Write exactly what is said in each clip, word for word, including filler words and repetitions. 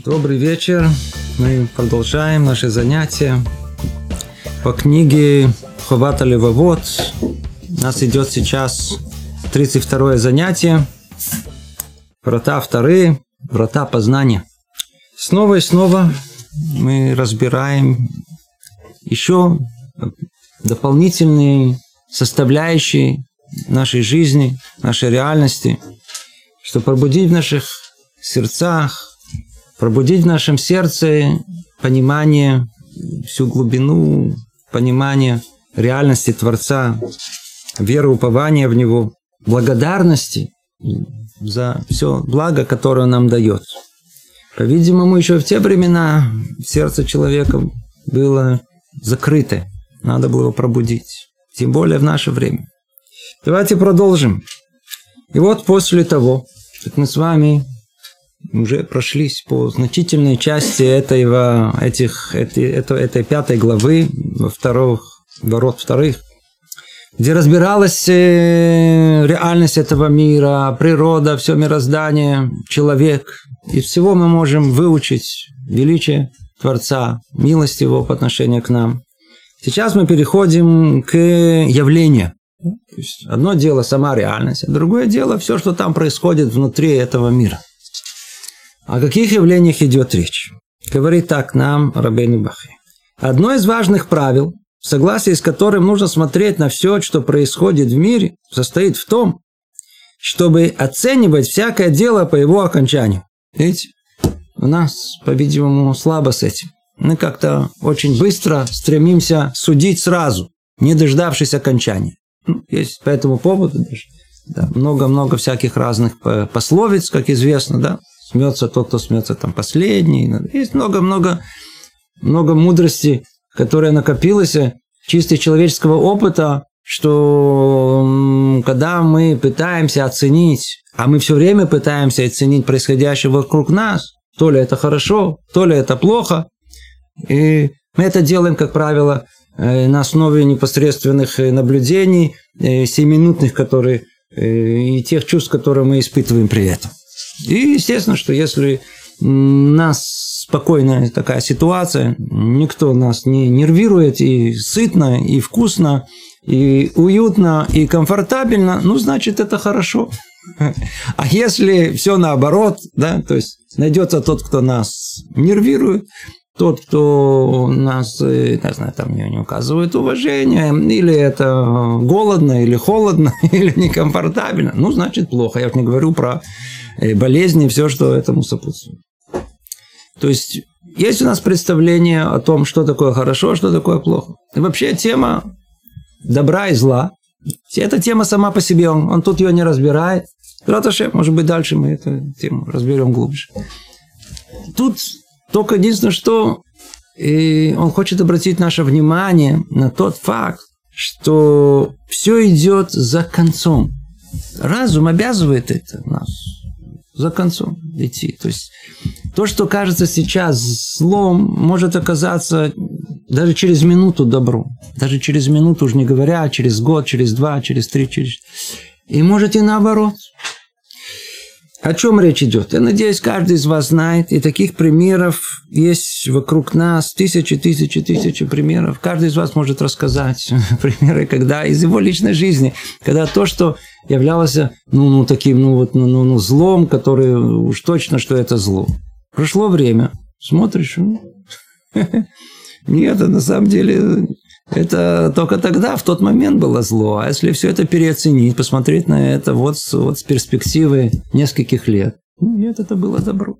Добрый вечер. Мы продолжаем наши занятия по книге Ховат Алевавот. У нас идет сейчас тридцать второе занятие. Врата вторые, врата познания. Снова и снова мы разбираем еще дополнительные составляющие нашей жизни, нашей реальности, чтобы пробудить в наших сердцах, пробудить в нашем сердце понимание, всю глубину понимания реальности Творца, веры, упования в Него, благодарности за все благо, которое Он нам дает. По-видимому, еще в те времена сердце человека было закрыто, надо было его пробудить, тем более в наше время. Давайте продолжим. И вот после того, как мы с вами уже прошлись по значительной части этого, этих, этой, этой, этой пятой главы, во вторых, ворот вторых, где разбиралась реальность этого мира, природа, все мироздание, человек. Из всего мы можем выучить величие Творца, милость Его по отношению к нам. Сейчас мы переходим к явлению. То есть одно дело сама реальность, а другое дело все, что там происходит внутри этого мира. О каких явлениях идет речь? Говорит так нам Рабейну Бахай. Одно из важных правил, в согласии с которым нужно смотреть на все, что происходит в мире, состоит в том, чтобы оценивать всякое дело по его окончанию. Видите, у нас, по-видимому, слабо с этим. Мы как-то очень быстро стремимся судить сразу, не дождавшись окончания. Ну, есть по этому поводу даже да, много-много всяких разных пословиц, как известно, да. Смеется тот, кто смеется там последний. Есть много-много много мудрости, которая накопилась, чисто человеческого опыта, что когда мы пытаемся оценить, а мы все время пытаемся оценить происходящее вокруг нас, то ли это хорошо, то ли это плохо, и мы это делаем, как правило, на основе непосредственных наблюдений, семиминутных, которые, и тех чувств, которые мы испытываем при этом. И естественно, что если у нас спокойная такая ситуация, никто нас не нервирует, и сытно, и вкусно, и уютно, и комфортабельно, ну, значит, это хорошо. А если все наоборот, да, то есть найдется тот, кто нас нервирует, тот, кто нас, не знаю, там не указывает уважение, или это голодно, или холодно, или некомфортабельно, ну, значит, плохо. Я же не говорю про болезни и все, что этому сопутствует. То есть, есть у нас представление о том, что такое хорошо, что такое плохо. И вообще тема добра и зла, эта тема сама по себе, он, он тут ее не разбирает. Раташе, может быть, дальше мы эту тему разберем глубже. Тут только единственное, что и он хочет обратить наше внимание на тот факт, что все идет за концом. Разум обязывает это нас за концом идти. То есть то, что кажется сейчас злом, может оказаться даже через минуту добром. Даже через минуту, уж не говоря, через год, через два, через три, через... И может и наоборот. О чем речь идет? Я надеюсь, каждый из вас знает, и таких примеров есть вокруг нас тысячи, тысячи, тысячи примеров. Каждый из вас может рассказать примеры, когда из его личной жизни, когда то, что являлось ну, ну, таким ну, вот, ну, ну, злом, которое уж точно, что это зло. Прошло время, смотришь, ну, нет, на самом деле... Это только тогда, в тот момент было зло. А если все это переоценить, посмотреть на это вот с, вот с перспективы нескольких лет, ну, нет, это было добро.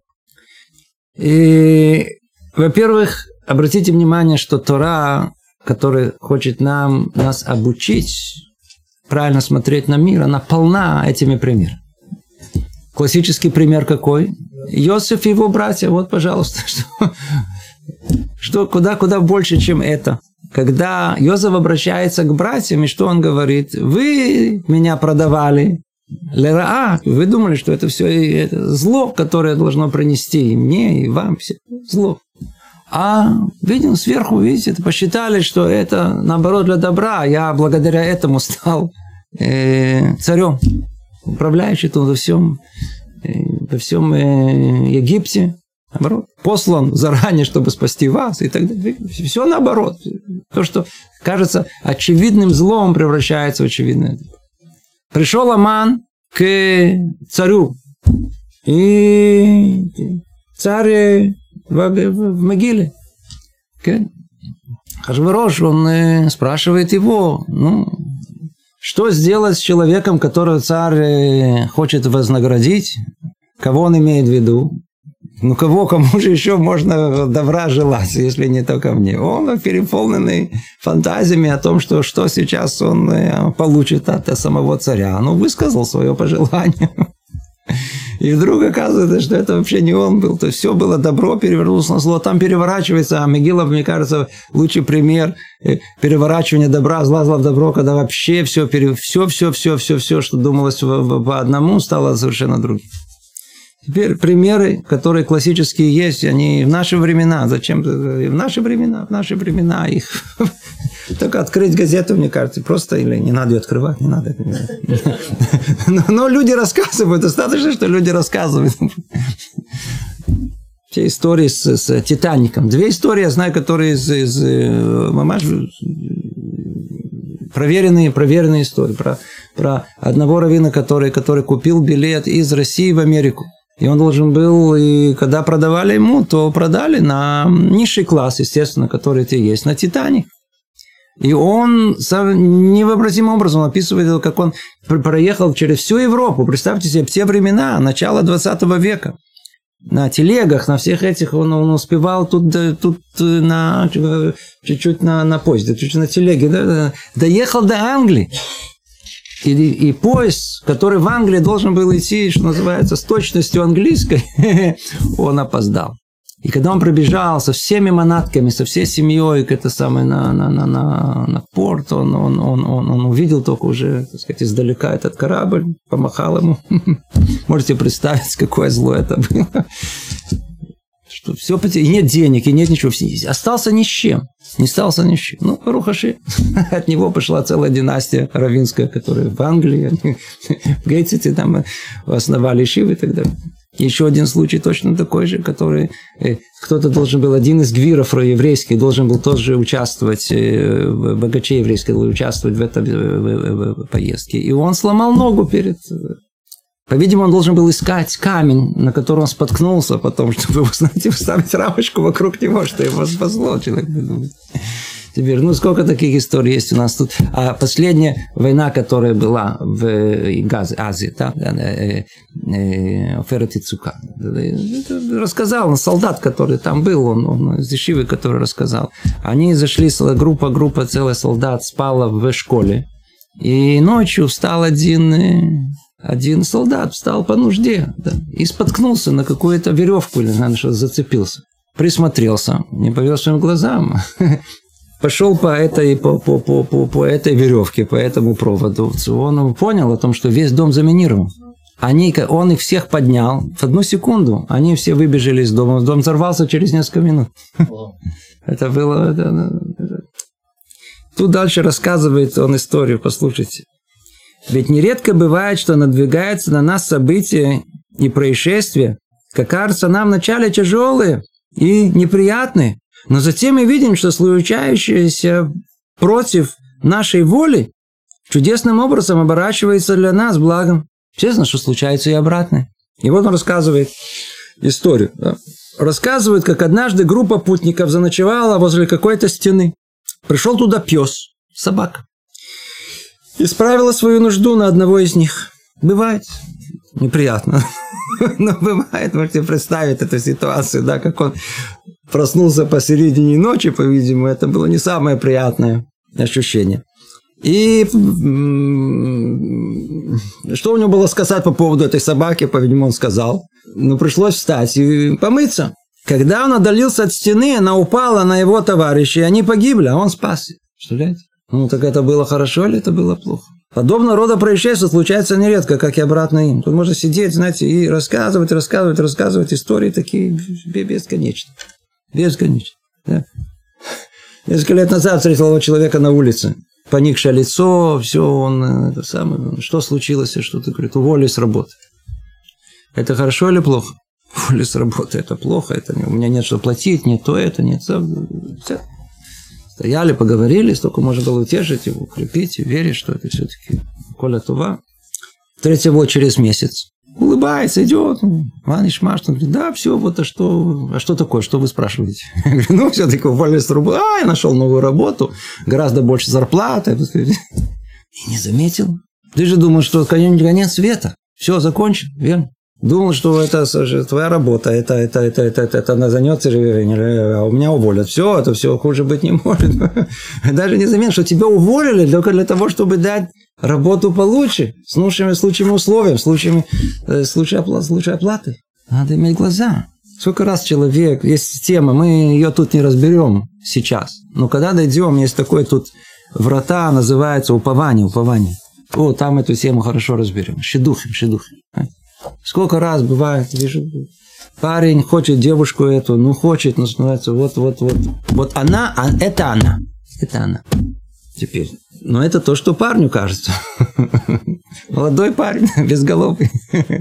И, во-первых, обратите внимание, что Тора, которая хочет нам, нас обучить правильно смотреть на мир, она полна этими примерами. Классический пример какой? Иосиф и его братья. Вот, пожалуйста, что, что куда, куда больше, чем это. Когда Иосиф обращается к братьям, и что он говорит? Вы меня продавали лераа. Вы думали, что это все это зло, которое должно принести и мне, и вам. Все зло. А видим сверху, видите, посчитали, что это наоборот для добра. Я благодаря этому стал э, царем, управляющим во всем, э, во всем э, Египте. Наоборот. Послан заранее, чтобы спасти вас. И так далее. Все наоборот. То, что кажется очевидным злом, превращается в очевидное. Пришел Аман к царю. И царь в, в могиле. Ахашвирош, он спрашивает его, ну, что сделать с человеком, которого царь хочет вознаградить? Кого он имеет в виду? Ну, кого, кому же еще можно добра желать, если не только мне? Он переполненный фантазиями о том, что, что сейчас он получит от самого царя. Ну, высказал свое пожелание. И вдруг оказывается, что это вообще не он был. То есть все было добро, перевернулось на зло. Там переворачивается, а Мегила, мне кажется, лучший пример переворачивания добра, зла, зла в добро, когда вообще все, все, все, все, все, все, что думалось по одному, стало совершенно другим. Теперь примеры, которые классические есть, они в наши времена. Зачем? В наши времена, в наши времена их... Только открыть газету, мне кажется, просто или не надо ее открывать, не надо. Но, но люди рассказывают, достаточно, что люди рассказывают. Все истории с, с Титаником. Две истории я знаю, которые из, из мамаш, проверенные, проверенные истории. Про, про одного раввина, который, который купил билет из России в Америку. И он должен был, и когда продавали ему, то продали на низший класс, естественно, который это есть, на Титаник. И он невообразимым образом описывает, как он проехал через всю Европу. Представьте себе, в те времена, начало двадцатого века. На телегах, на всех этих он, он успевал тут, тут на, чуть-чуть на, на поезде, чуть-чуть на телеге. Да, доехал до Англии. И, и поезд, который в Англии должен был идти, что называется, с точностью английской, он опоздал. И когда он пробежал со всеми манатками, со всей семьей к это самое, на, на, на, на, на порт, он, он, он, он, он увидел только уже, так сказать, издалека этот корабль, помахал ему. Можете представить, какое зло это было. Что все потерял. И нет денег, и нет ничего. Остался ни с чем. Не остался ни с чем. Ну, Рухаши. От него пошла целая династия раввинская, которая в Англии, в Гейтсите там основали шивы и так далее. Еще один случай точно такой же, который э, кто-то должен был, один из гвиров еврейских, должен был тоже участвовать, э, богачей еврейских, участвовать в этой в, в, в поездке. И он сломал ногу перед... По-видимому, он должен был искать камень, на который он споткнулся потом, чтобы, вы знаете, вставить рамочку вокруг него, что его спасло, человек думает. Теперь, ну, сколько таких историй есть у нас тут. А последняя война, которая была в Азии, да, Оферет Ицука, рассказал, солдат, который там был, он, он из Ешивы, который рассказал. Они зашли, группа, группа, целый солдат спала в школе. И ночью встал один... Один солдат встал по нужде, да, и споткнулся на какую-то веревку, или на что зацепился. Присмотрелся, не поверил своим глазам. Пошел по этой, по, по, по, по, по этой веревке, по этому проводу. Он понял о том, что весь дом заминирован. Они, он их всех поднял. В одну секунду они все выбежали из дома. Дом взорвался через несколько минут. Это было... Тут дальше рассказывает он историю, послушайте. Ведь нередко бывает, что надвигаются на нас события и происшествия, как кажется нам вначале тяжелые и неприятные, но затем мы видим, что случающееся против нашей воли чудесным образом оборачивается для нас благом. Честно, что случается и обратное. И вот он рассказывает историю. Да? Рассказывает, как однажды группа путников заночевала возле какой-то стены. Пришел туда пес, собака. Исправила свою нужду на одного из них. Бывает. Неприятно. Но бывает. Можете представить эту ситуацию, да, как он проснулся посередине ночи, по-видимому, это было не самое приятное ощущение. И что у него было сказать по поводу этой собаки, по-видимому, он сказал. Но пришлось встать и помыться. Когда он отдалился от стены, она упала на его товарища, и они погибли, а он спасся. Представляете? Ну, так это было хорошо или это было плохо? Подобного рода происшествия случается нередко, как и обратно им. Тут можно сидеть, знаете, и рассказывать, рассказывать, рассказывать истории такие бесконечные. Бесконечно. Да? Несколько лет назад встретил его человека на улице. Поникшее лицо, все, он, это самое, что случилось, что ты, говорит, уволили с работы. Это хорошо или плохо? уволили с работы, это плохо, это, у меня нет что платить, нет то, это, нет то. Все. Стояли, поговорили, столько можно было утешить его, укрепить, и верить, что это все-таки коля това. Третьего через месяц. Улыбается, идет. Ваниш Маш, он говорит, да, все, вот, а что, а что такое, что вы спрашиваете? Я говорю, ну, все-таки уволили с работы. А, я нашел новую работу, гораздо больше зарплаты. И не заметил. Ты же думал, что конец света. Все, закончен, верно? Думал, что это твоя работа, это, это, это, это, это, это она занятся, а у меня уволят. Все, это все хуже быть не может. Даже не заметил, что тебя уволили только для того, чтобы дать работу получше, с лучшими, с лучшими условиями, с лучшими, с лучшей, с лучшей оплатой. Надо иметь глаза. Сколько раз человек, есть тема, мы ее тут не разберем сейчас, но когда дойдем, есть такое тут врата, называется упование, упование. О, там эту тему хорошо разберем. Шедухим, шедухим. Сколько раз бывает, вижу, парень хочет девушку эту, ну хочет, но становится вот, вот, вот. Вот она, а это она. Это она. Теперь. Но это то, что парню кажется. Молодой парень, безголовый.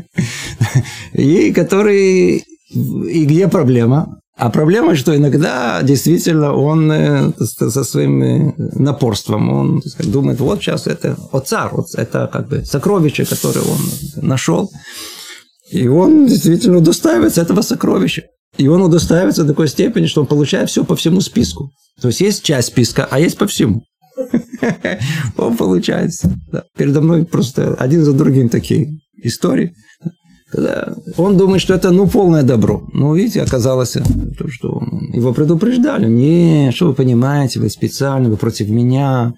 И который... И где проблема? А проблема, что иногда действительно он со своим напорством, он так сказать, думает, вот сейчас это оцар, это как бы сокровище, которое он нашел. И он действительно удостаивается этого сокровища. И он удостаивается до такой степени, что он получает все по всему списку. То есть есть часть списка, а есть по всему. Он получается. Передо мной просто один за другим такие истории. Когда он думает, что это, ну, полное добро. Ну, видите, оказалось, что его предупреждали. Не, что вы понимаете, вы специально, вы против меня.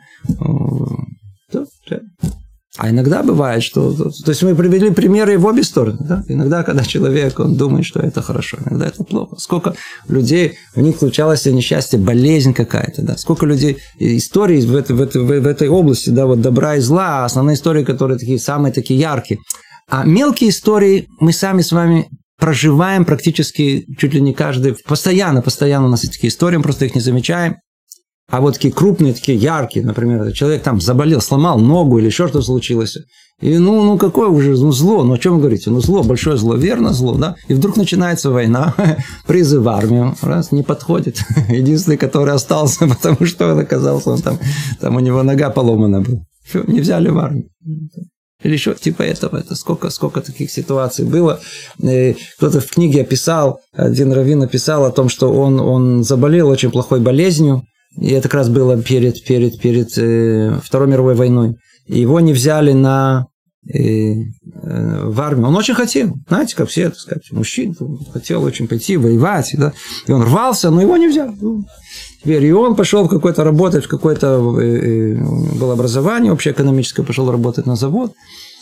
А иногда бывает, что... То есть, мы привели примеры в обе стороны. Да? Иногда, когда человек, он думает, что это хорошо, иногда это плохо. Сколько людей, у них случалось несчастье, болезнь какая-то. Да? Сколько людей, историй в этой, в, этой, в этой области, да, вот добра и зла, основные истории, которые такие, самые такие яркие. А мелкие истории мы сами с вами проживаем практически чуть ли не каждый, постоянно, постоянно у нас есть такие истории, мы просто их не замечаем. А вот такие крупные, такие яркие, например, человек там заболел, сломал ногу или еще что-то случилось. И ну, ну какое уже ну, зло, ну о чем вы говорите? Ну зло, большое зло, верно зло, да? И вдруг начинается война, призыв в армию, раз, не подходит. Единственный, который остался, потому что он оказался, он там, там у него нога поломана была. Все, не взяли в армию. Или еще типа этого. Это сколько, сколько таких ситуаций было. Кто-то в книге описал, один раввин написал о том, что он, он заболел очень плохой болезнью. И это как раз было перед, перед, перед э, Второй мировой войной. И его не взяли на, э, э, в армию. Он очень хотел. Знаете, как все, так сказать, мужчины. Хотел очень пойти воевать. Да? И он рвался, но его не взяли. Теперь, и он пошел в какой-то работать, в какое-то э, было образование общеэкономическое, пошел работать на завод.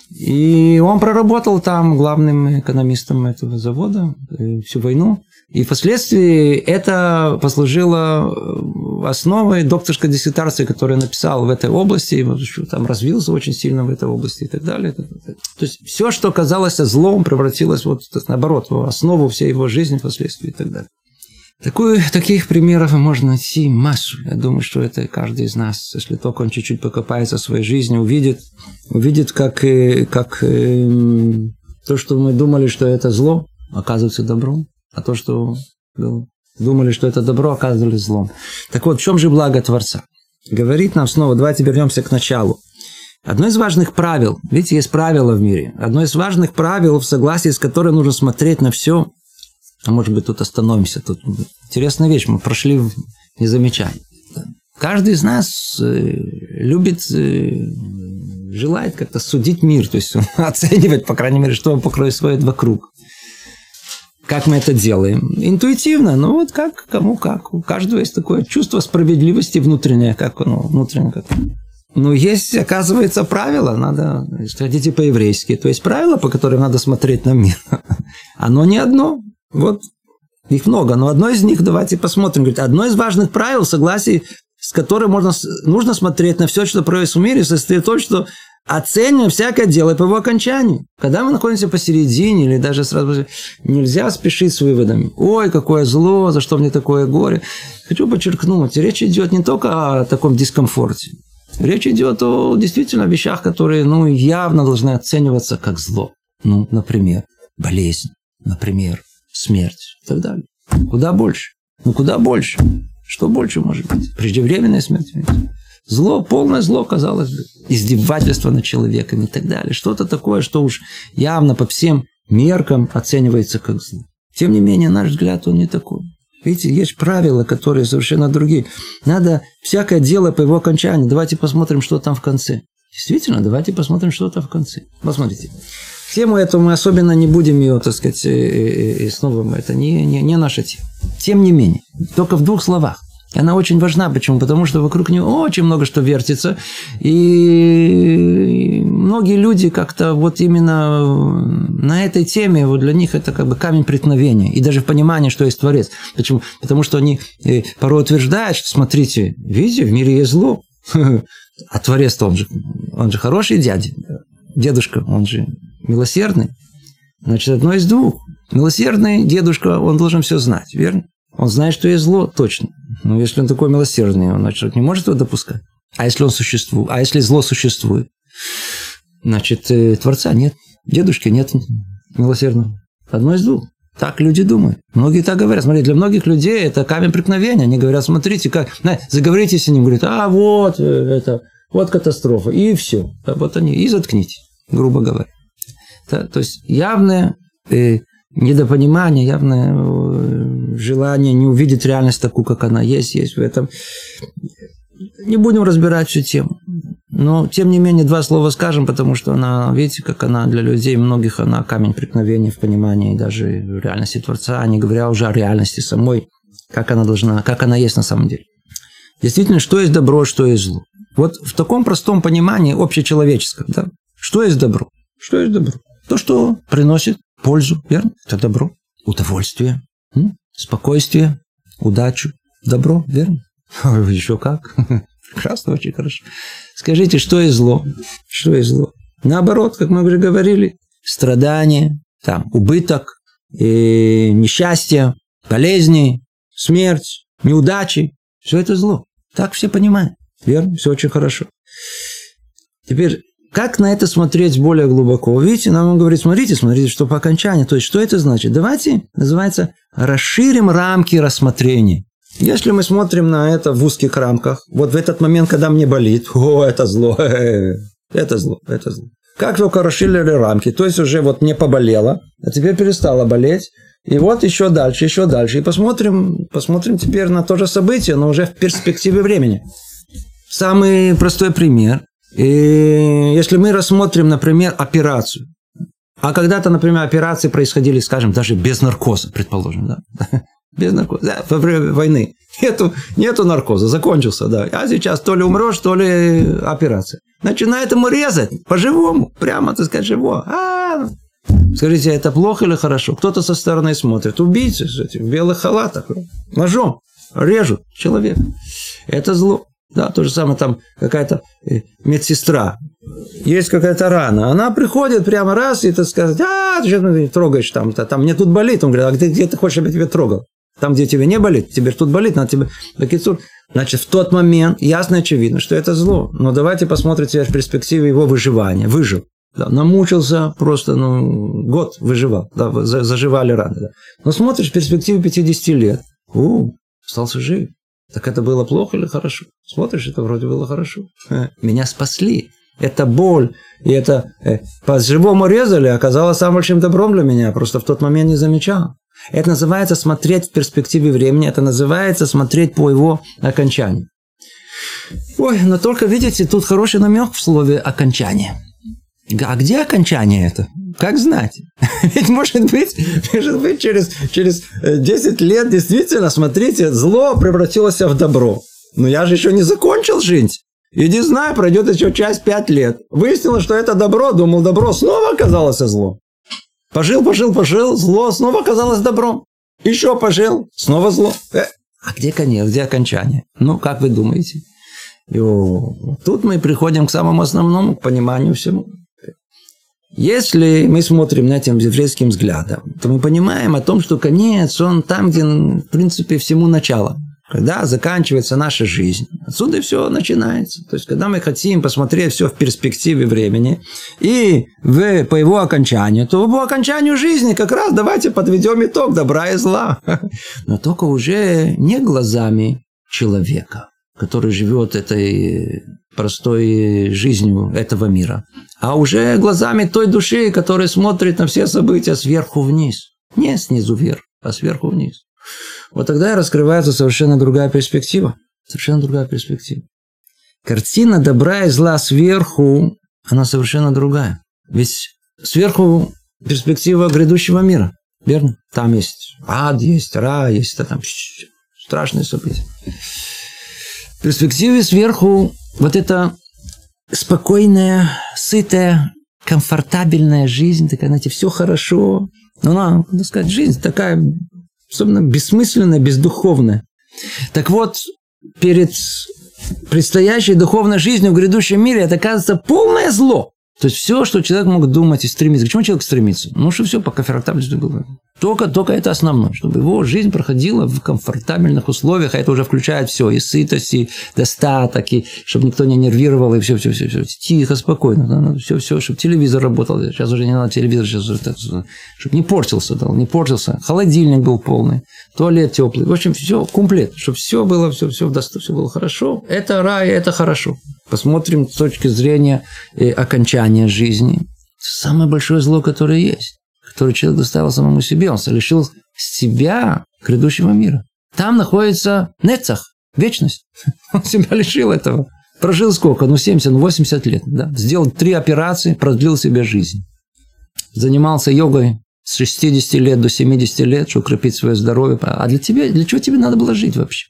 И он проработал там главным экономистом этого завода э, всю войну. И впоследствии это послужило основой докторской диссертации, которую я написал в этой области, и там развился очень сильно в этой области и так далее. То есть все, что казалось злом, превратилось вот наоборот в основу всей его жизни впоследствии и так далее. Такую, таких примеров можно найти массу. Я думаю, что это каждый из нас, если только он чуть-чуть покопается в своей жизни, увидит, увидит как, как э, то, что мы думали, что это зло, оказывается добром. А то, что думали, что это добро, оказывалось злом. Так вот, в чем же благо Творца? Говорит нам снова, давайте вернемся к началу. Одно из важных правил, видите, есть правила в мире, одно из важных правил, в согласии с которым нужно смотреть на все, а может быть, тут остановимся, тут интересная вещь, мы прошли, не замечая. Каждый из нас любит, желает как-то судить мир, то есть оценивать, по крайней мере, что происходит вокруг. Как мы это делаем? Интуитивно, ну вот как, кому как. У каждого есть такое чувство справедливости внутреннее, как оно, внутреннее. Как... Но есть, оказывается, правила, надо, если хотите по-еврейски, то есть правила, по которым надо смотреть на мир. Оно не одно. Вот их много, но одно из них, давайте посмотрим. Говорит, одно из важных правил, в согласии с которым можно, нужно смотреть на все, что происходит в мире, состоит в том, что оцениваем всякое дело по его окончанию. Когда мы находимся посередине, или даже сразу нельзя спешить с выводами. Ой, какое зло, за что мне такое горе. Хочу подчеркнуть, речь идет не только о таком дискомфорте. Речь идет о действительно вещах, которые ну, явно должны оцениваться как зло. Ну, например, болезнь, например, смерть и так далее. Куда больше? Ну, куда больше? Что больше может быть? Преждевременная смерть. Зло, полное зло, казалось бы. Издевательство над человеком и так далее. Что-то такое, что уж явно по всем меркам оценивается как зло. Тем не менее, наш взгляд, он не такой. Видите, есть правила, которые совершенно другие. Надо всякое дело по его окончанию. Давайте посмотрим, что там в конце. Действительно, давайте посмотрим, что там в конце. Посмотрите. Тему эту мы особенно не будем ее, так сказать, снова, это не, не, не наша тема. Тем не менее, только в двух словах. Она очень важна. Почему? Потому что вокруг нее очень много что вертится. И многие люди как-то вот именно на этой теме, вот для них это как бы камень преткновения. И даже в понимании, что есть Творец. Почему? Потому что они порой утверждают, что смотрите, видите, в мире есть зло. А Творец-то он же, он же хороший дядя. Дедушка, он же милосердный. Значит, одно из двух. Милосердный дедушка, он должен все знать, верно? Он знает, что есть зло, точно. Но если он такой милосердный, он, значит, не может его допускать. А если он существует? А если зло существует? Значит, Творца нет. Дедушки нет милосердного. Одно из двух. Так люди думают. Многие так говорят. Смотрите, для многих людей это камень преткновения. Они говорят, смотрите, как... Заговорите с ним, говорят, а вот это... Вот катастрофа. И все. Вот они. И заткните, грубо говоря. То, то есть явное э, недопонимание, явное э, желание не увидеть реальность такую, как она есть, есть в этом. Не будем разбирать всю тему. Но, тем не менее, два слова скажем, потому что она, видите, как она для людей, многих она камень преткновения в понимании даже реальности Творца, не говоря уже о реальности самой, как она должна, как она есть на самом деле. Действительно, что есть добро, что есть зло. Вот в таком простом понимании общечеловеческом, да, что есть добро? Что есть добро? То, что приносит пользу, верно? Это добро. Удовольствие, м? Спокойствие, удачу, добро, верно? Еще как. Прекрасно, очень хорошо. Скажите, что есть зло? Что есть зло? Наоборот, как мы уже говорили, страдания, там, убыток, и несчастье, болезни, смерть, неудачи. Все это зло. Так все понимают. Верно? Все очень хорошо. Теперь, как на это смотреть более глубоко? Видите, нам он говорит, смотрите, смотрите, что по окончании. То есть, что это значит? Давайте, называется, расширим рамки рассмотрения. Если мы смотрим на это в узких рамках, вот в этот момент, когда мне болит, о, это зло, это зло, это зло. Как только расширили рамки, то есть уже вот мне поболело, а теперь перестало болеть, и вот еще дальше, еще дальше. И посмотрим, посмотрим теперь на то же событие, но уже в перспективе времени. Самый простой пример. И если мы рассмотрим, например, операцию. А когда-то, например, операции происходили, скажем, даже без наркоза, предположим, да? Без наркоза. Да, во время войны. Нету, нету наркоза, закончился, да. А сейчас то ли умрешь, то ли операция. Начинает ему резать по-живому. Прямо, так сказать, живо. А-а-а. Скажите, это плохо или хорошо? Кто-то со стороны смотрит. Убийцы в белых халатах. Ножом режут человека. Это зло. Да, то же самое там какая-то медсестра. Есть какая-то рана. Она приходит прямо раз и, так сказать, а, ты что трогаешь там? Там мне тут болит. Он говорит, а где, где ты хочешь, чтобы я тебя трогал? Там, где тебе не болит, тебе тут болит, надо тебе... Значит, в тот момент ясно и очевидно, что это зло. Но давайте посмотрим теперь в перспективе его выживания. Выжил. Да, намучился просто, ну, год выживал. Да, заживали раны. Да. Но смотришь в перспективе пятидесяти лет. У, остался жив. Так это было плохо или хорошо? Смотришь, это вроде было хорошо. Меня спасли. Это боль. И это э, по-живому резали, оказалось самым большим добром для меня. Просто в тот момент не замечал. Это называется смотреть в перспективе времени. Это называется смотреть по его окончанию. Ой, но только, видите, тут хороший намек в слове «окончание». А где окончание это? Как знать? Ведь может быть, может быть через, через десять лет действительно, смотрите, зло превратилось в добро. Но я же еще не закончил жить. И не знаю, пройдет еще час пять лет. Выяснилось, что это добро. Думал, добро снова оказалось зло. Пожил, пожил, пожил. Зло снова оказалось добром. Еще пожил. Снова зло. Э, а где конец? Где окончание? Ну, как вы думаете? И тут мы приходим к самому основному, к пониманию всему. Если мы смотрим на этим еврейским взглядом, то мы понимаем о том, что конец, он там, где, в принципе, всему начало. когда заканчивается наша жизнь. Отсюда все начинается. То есть, когда мы хотим посмотреть все в перспективе времени и в, по его окончанию, то по окончанию жизни как раз давайте подведем итог добра и зла. Но только уже не глазами человека, который живет этой простой жизнью этого мира, а уже глазами той души, которая смотрит на все события сверху вниз. Не снизу вверх, а сверху вниз. Вот тогда и раскрывается совершенно другая перспектива. Совершенно другая перспектива. Картина добра и зла сверху, она совершенно другая. Ведь сверху перспектива грядущего мира. Верно? Там есть ад, есть рай, есть там страшные события. В перспективе сверху вот эта спокойная, сытая, комфортабельная жизнь, такая, знаете, все хорошо. Но она, так сказать, жизнь такая, особенно бессмысленная, бездуховная. Так вот, перед предстоящей духовной жизнью в грядущем мире это, оказывается, полное зло. То есть, все, что человек мог думать и стремиться. К чему человек стремится? Ну, что все по комфортабельности было. Только, только это основное, чтобы его жизнь проходила в комфортабельных условиях, а это уже включает все, и сытость, и достаток, и чтобы никто не нервировал, и все, все, все, все. Тихо, спокойно, все, все, чтобы телевизор работал. Сейчас уже не надо телевизор, сейчас, чтобы не портился, да, не портился. Холодильник был полный, туалет теплый. В общем, все комплект, чтобы все было, все, все, все было хорошо. Это рай, это хорошо. Посмотрим с точки зрения окончания жизни. Самое большое зло, которое есть. Который человек доставил самому себе, он лишил себя грядущего мира. Там находится нецах, вечность. Он себя лишил этого. Прожил сколько? Ну, семьдесят, ну, восемьдесят лет. Да? Сделал три операции, продлил себе жизнь. Занимался йогой с шестидесяти лет до семидесяти лет, чтобы укрепить свое здоровье. А для тебя, для чего тебе надо было жить вообще?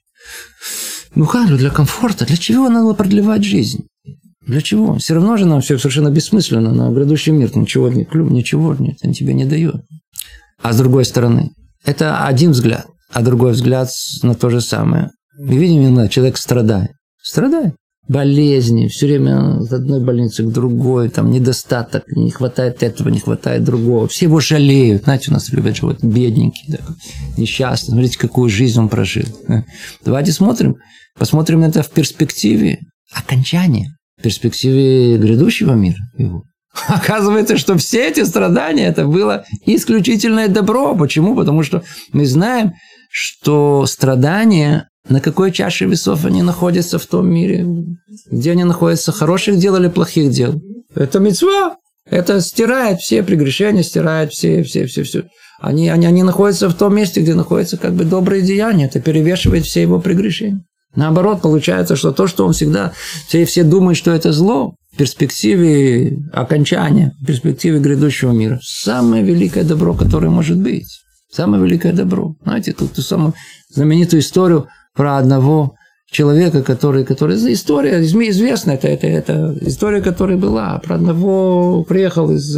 Ну, как, для комфорта. Для чего надо было продлевать жизнь? Для чего? Все равно же нам все совершенно бессмысленно. На грядущий мир ничего нет, ничего нет, он тебе не дает. А с другой стороны, это один взгляд, а другой взгляд на то же самое. Мы видим, иногда человек страдает. Страдает. Болезни, все время от одной больницы к другой, там недостаток, не хватает этого, не хватает другого. Все его жалеют. Знаете, у нас любят живот бедненький, да, несчастный. Смотрите, какую жизнь он прожил. Давайте смотрим, посмотрим на это в перспективе окончания. В перспективе грядущего мира его. Оказывается, что все эти страдания, это было исключительное добро. Почему? Потому что мы знаем, что страдания, на какой чаше весов они находятся в том мире, где они находятся, хороших дел или плохих дел. Это мицва. Это стирает все прегрешения, стирает все, все, все, все. Они, они, они находятся в том месте, где находятся как бы добрые деяния. Это перевешивает все его прегрешения. Наоборот, получается, что то, что он всегда, все, все думают, что это зло, в перспективе окончания, в перспективе грядущего мира, самое великое добро, которое может быть. Самое великое добро. Знаете, тут ту самую знаменитую историю про одного человека, который, который история известная, это, это, это история, которая была, про одного приехал из...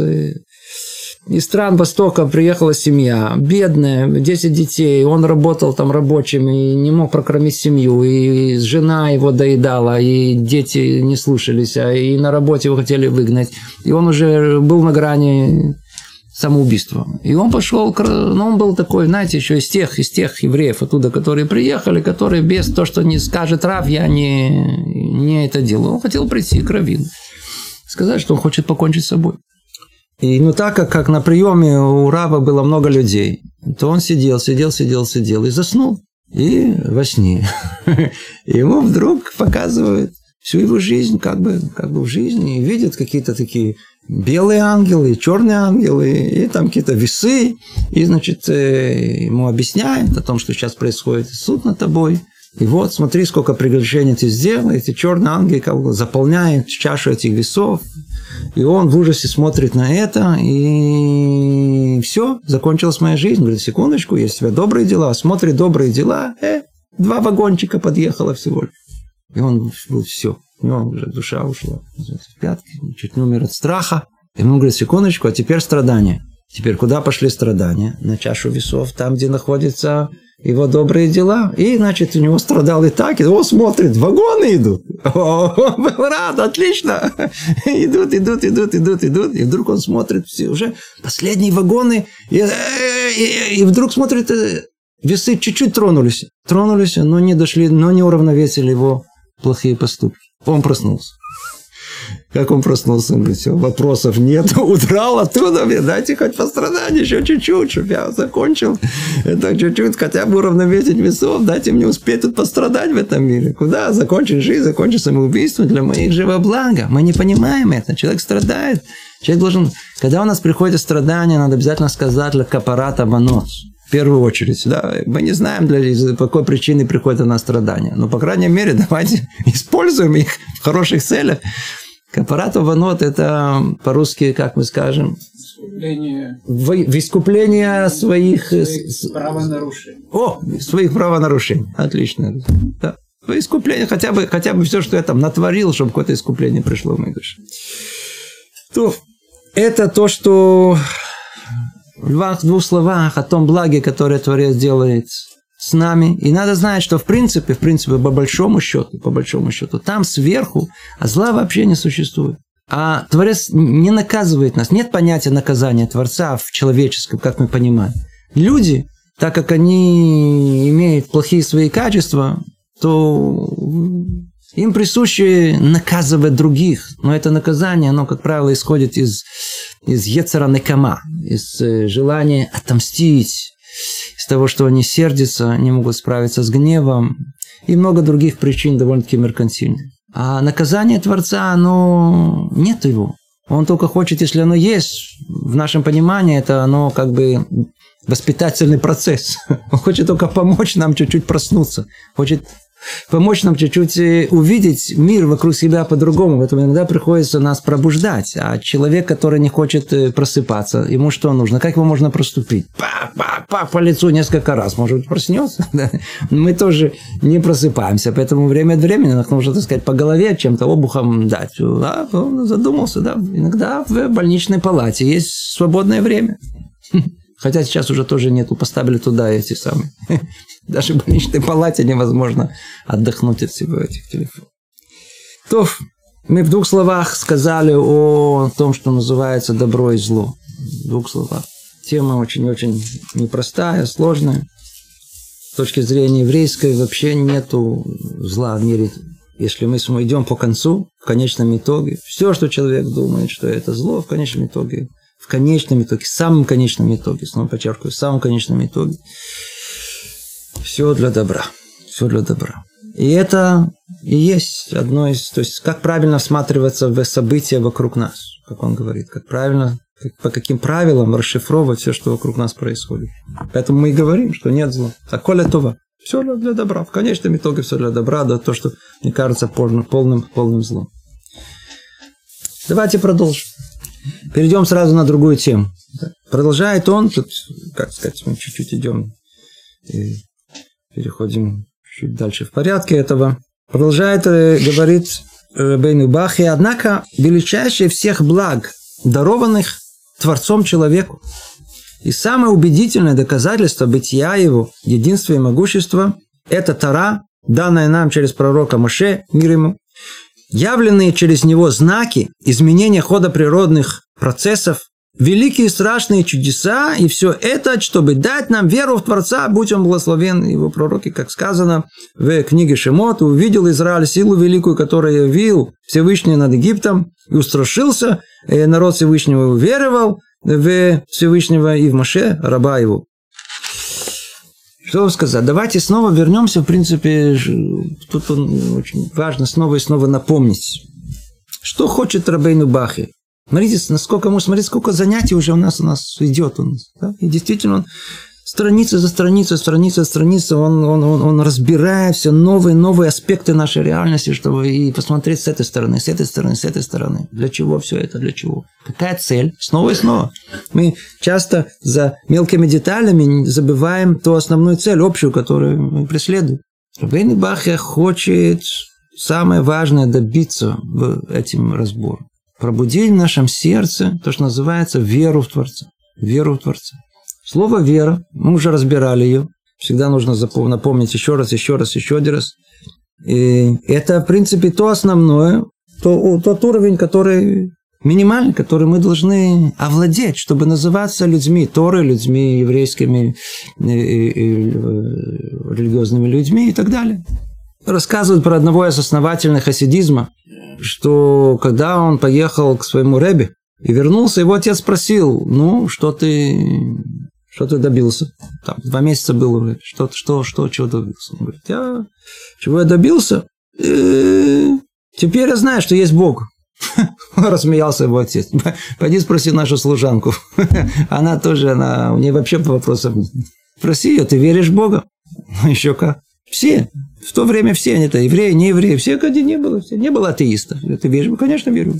Из стран Востока приехала семья, бедная, десять детей, он работал там рабочим и не мог прокормить семью, и жена его доедала, и дети не слушались, а и на работе его хотели выгнать, и он уже был на грани самоубийства. И он пошел, ну, он был такой, знаете, еще из тех, из тех евреев оттуда, которые приехали, которые без того, что не скажет Рав, я не, не это делаю. Он хотел прийти к раввину, сказать, что он хочет покончить с собой. И ну так как, как на приеме у Рава было много людей, то он сидел, сидел, сидел, сидел и заснул. И во сне ему вдруг показывают всю его жизнь, как бы, как бы в жизни, и видят какие-то такие белые ангелы, черные ангелы, и там какие-то весы, и, значит, ему объясняют о том, что сейчас происходит суд над тобой. И вот, смотри, сколько прегрешений ты сделал, эти черные ангелы как бы заполняют чашу этих весов. И он в ужасе смотрит на это, и все, закончилась моя жизнь. Говорит, секундочку, есть у тебя добрые дела, смотри, добрые дела, э, два вагончика подъехало всего лишь. И он, вот, все, у него уже душа ушла в пятки, чуть не умер от страха. И он говорит, секундочку, а теперь страдания. Теперь куда пошли страдания? На чашу весов, там, где находятся его добрые дела. И, значит, у него страдал и так. И он смотрит, вагоны идут. О, он был рад, отлично. Идут, идут, идут, идут, идут. И вдруг он смотрит, все, уже последние вагоны. И, и, и вдруг смотрит, весы чуть-чуть тронулись. Тронулись, но не дошли, но не уравновесили его плохие поступки. Он проснулся. Как он проснулся? Он говорит, все, вопросов нет. Удрал оттуда, мне дайте хоть пострадать еще чуть-чуть, чтобы я закончил. Это чуть-чуть хотя бы уравновесить весов. Дайте мне успеть тут пострадать в этом мире. Куда? Закончить жизнь, закончить самоубийство для моих же во благо. Мы не понимаем это. Человек страдает. Человек должен... Когда у нас приходит страдание, надо обязательно сказать для капарата банот. В первую очередь, да, мы не знаем, для, по какой причине приходит у нас страдания. Но, по крайней мере, давайте используем их в хороших целях. Капарат банот – это по-русски, как мы скажем, искупление, в, в искупление своих, своих правонарушений. О, своих правонарушений. Отлично. Да. В искупление, хотя бы, хотя бы все, что я там натворил, чтобы какое-то искупление пришло в мою душу. То, это то, что в двух словах о том благе, которое Творец делает с нами. И надо знать, что в принципе, в принципе, по большому счету, по большому счету, там сверху, а зла вообще не существует. А Творец не наказывает нас. Нет понятия наказания Творца в человеческом, как мы понимаем. Люди, так как они имеют плохие свои качества, то им присуще наказывать других. Но это наказание, оно, как правило, исходит из, из ецера некама, из желания отомстить, из того, что они сердятся, не могут справиться с гневом, и много других причин довольно-таки меркантильных. А наказание Творца, оно нет его. Он только хочет, если оно есть, в нашем понимании, это оно как бы воспитательный процесс. Он хочет только помочь нам чуть-чуть проснуться, хочет помочь нам чуть-чуть увидеть мир вокруг себя по-другому. Поэтому иногда приходится нас пробуждать. А человек, который не хочет просыпаться, ему что нужно? Как его можно проступить? Па-па-па по лицу несколько раз. Может быть, проснется? Да. Мы тоже не просыпаемся. Поэтому время от времени нам нужно, так сказать, по голове чем-то обухом дать. Да, он задумался, да. Иногда в больничной палате есть свободное время. Хотя сейчас уже тоже нету. Поставили туда эти самые... Даже в больничной палате невозможно отдохнуть от всего этих телефонов. То мы в двух словах сказали о том, что называется добро и зло. В двух словах. Тема очень-очень непростая, сложная. С точки зрения еврейской вообще нету зла в мире. Если мы идем по концу, в конечном итоге, все, что человек думает, что это зло, в конечном итоге, в конечном итоге, в самом конечном итоге, снова подчеркиваю, в самом конечном итоге, все для добра. Все для добра. И это и есть одно из... То есть, как правильно всматриваться в события вокруг нас, как он говорит. Как правильно, как, по каким правилам расшифровывать все, что вокруг нас происходит. Поэтому мы и говорим, что нет зла. А коля това. Все для добра. В конечном итоге все для добра. Да, то, что мне кажется полным, полным, полным злом. Давайте продолжим. Перейдем сразу на другую тему. Продолжает он. Тут, как сказать, мы чуть-чуть идем... И переходим чуть дальше в порядке этого. Продолжает, говорит Рабейну Бахья, однако величайшее всех благ, дарованных Творцом человеку, и самое убедительное доказательство бытия его, единства и могущества, это Тора, данная нам через пророка Моше, мир ему, явленные через него знаки изменения хода природных процессов, великие страшные чудеса, и все это, чтобы дать нам веру в Творца, будь он благословен. Его пророки, как сказано в книге Шемот, увидел Израиль силу великую, которую явил Всевышний над Египтом, и устрашился, и народ Всевышнего уверовал в Всевышнего и в Моше, раба его. Что сказать? Давайте снова вернемся, в принципе, тут очень важно снова и снова напомнить, что хочет Рабейну Бахья. Смотрите, насколько, может, смотрите, сколько занятий уже у нас, у нас идет. У нас, да? И действительно, он страница за страницей, страница за страницей, он, он, он, он разбирает все новые, новые аспекты нашей реальности, чтобы и посмотреть с этой стороны, с этой стороны, с этой стороны. Для чего все это, для чего? Какая цель? Снова и снова. Мы часто за мелкими деталями забываем ту основную цель, общую, которую мы преследуем. Рабейну Бахья хочет самое важное добиться в этом разборе. Пробудить в нашем сердце то, что называется веру в Творца. Веру в Творца. Слово «вера», мы уже разбирали ее. Всегда нужно напомнить еще раз, еще раз, еще один раз. И это, в принципе, то основное, то, тот уровень, который минимальный, который мы должны овладеть, чтобы называться людьми Торы, людьми еврейскими, и, и, и, религиозными людьми и так далее. Рассказывают про одного из основателей хасидизма, что когда он поехал к своему ребе и вернулся, его отец спросил: ну, что ты, что ты добился? Там два месяца был, что, что, что, чего добился? Он говорит: я, чего я добился? И теперь я знаю, что есть Бог. Рассмеялся его отец. Пойди спроси нашу служанку. Она тоже, она, у нее вообще вопросов нет. Спроси ее: ты веришь в Бога? Ну, еще как. Все. В то время все, они-то евреи, не евреи. Все, где не было. Все. Не было атеистов. Ты веришь? Конечно, верю.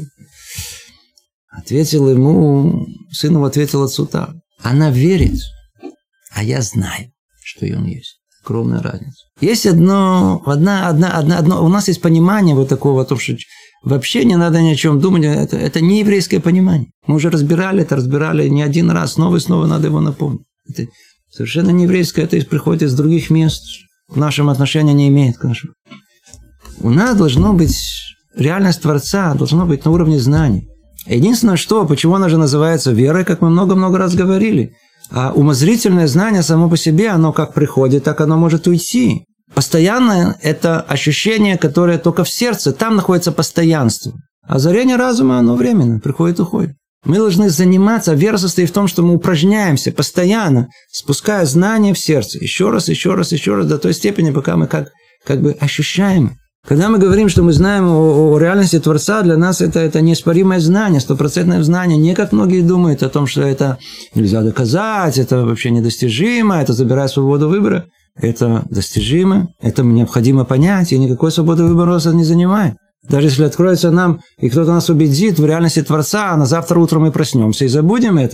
Ответил ему, сын его ответил отцу так: она верит, а я знаю, что и он есть. Огромная разница. Есть одно, одна, одна, одна, одно, у нас есть понимание вот такого, то, что вообще не надо ни о чем думать, это, это не еврейское понимание. Мы уже разбирали это, разбирали не один раз, снова и снова надо его напомнить. Это совершенно не еврейское, это приходит из других мест, в нашем отношении не имеет к нашему. У нас должно быть реальность Творца, должно быть на уровне знаний. Единственное, что, почему она же называется верой, как мы много-много раз говорили. А умозрительное знание само по себе, оно как приходит, так оно может уйти. Постоянное – это ощущение, которое только в сердце, там находится постоянство. А озарение разума, оно временно, приходит и уходит. Мы должны заниматься, вера состоит в том, что мы упражняемся постоянно, спуская знания в сердце. Еще раз, еще раз, еще раз, до той степени, пока мы как, как бы ощущаем. Когда мы говорим, что мы знаем о, о реальности Творца, для нас это, это неоспоримое знание, стопроцентное знание. Не как многие думают о том, что это нельзя доказать, это вообще недостижимо, это забирает свободу выбора. Это достижимо, это необходимо понять, и никакой свободы выбора нас не занимает. Даже если откроется нам, и кто-то нас убедит в реальности Творца, а на завтра утром мы проснемся и забудем это,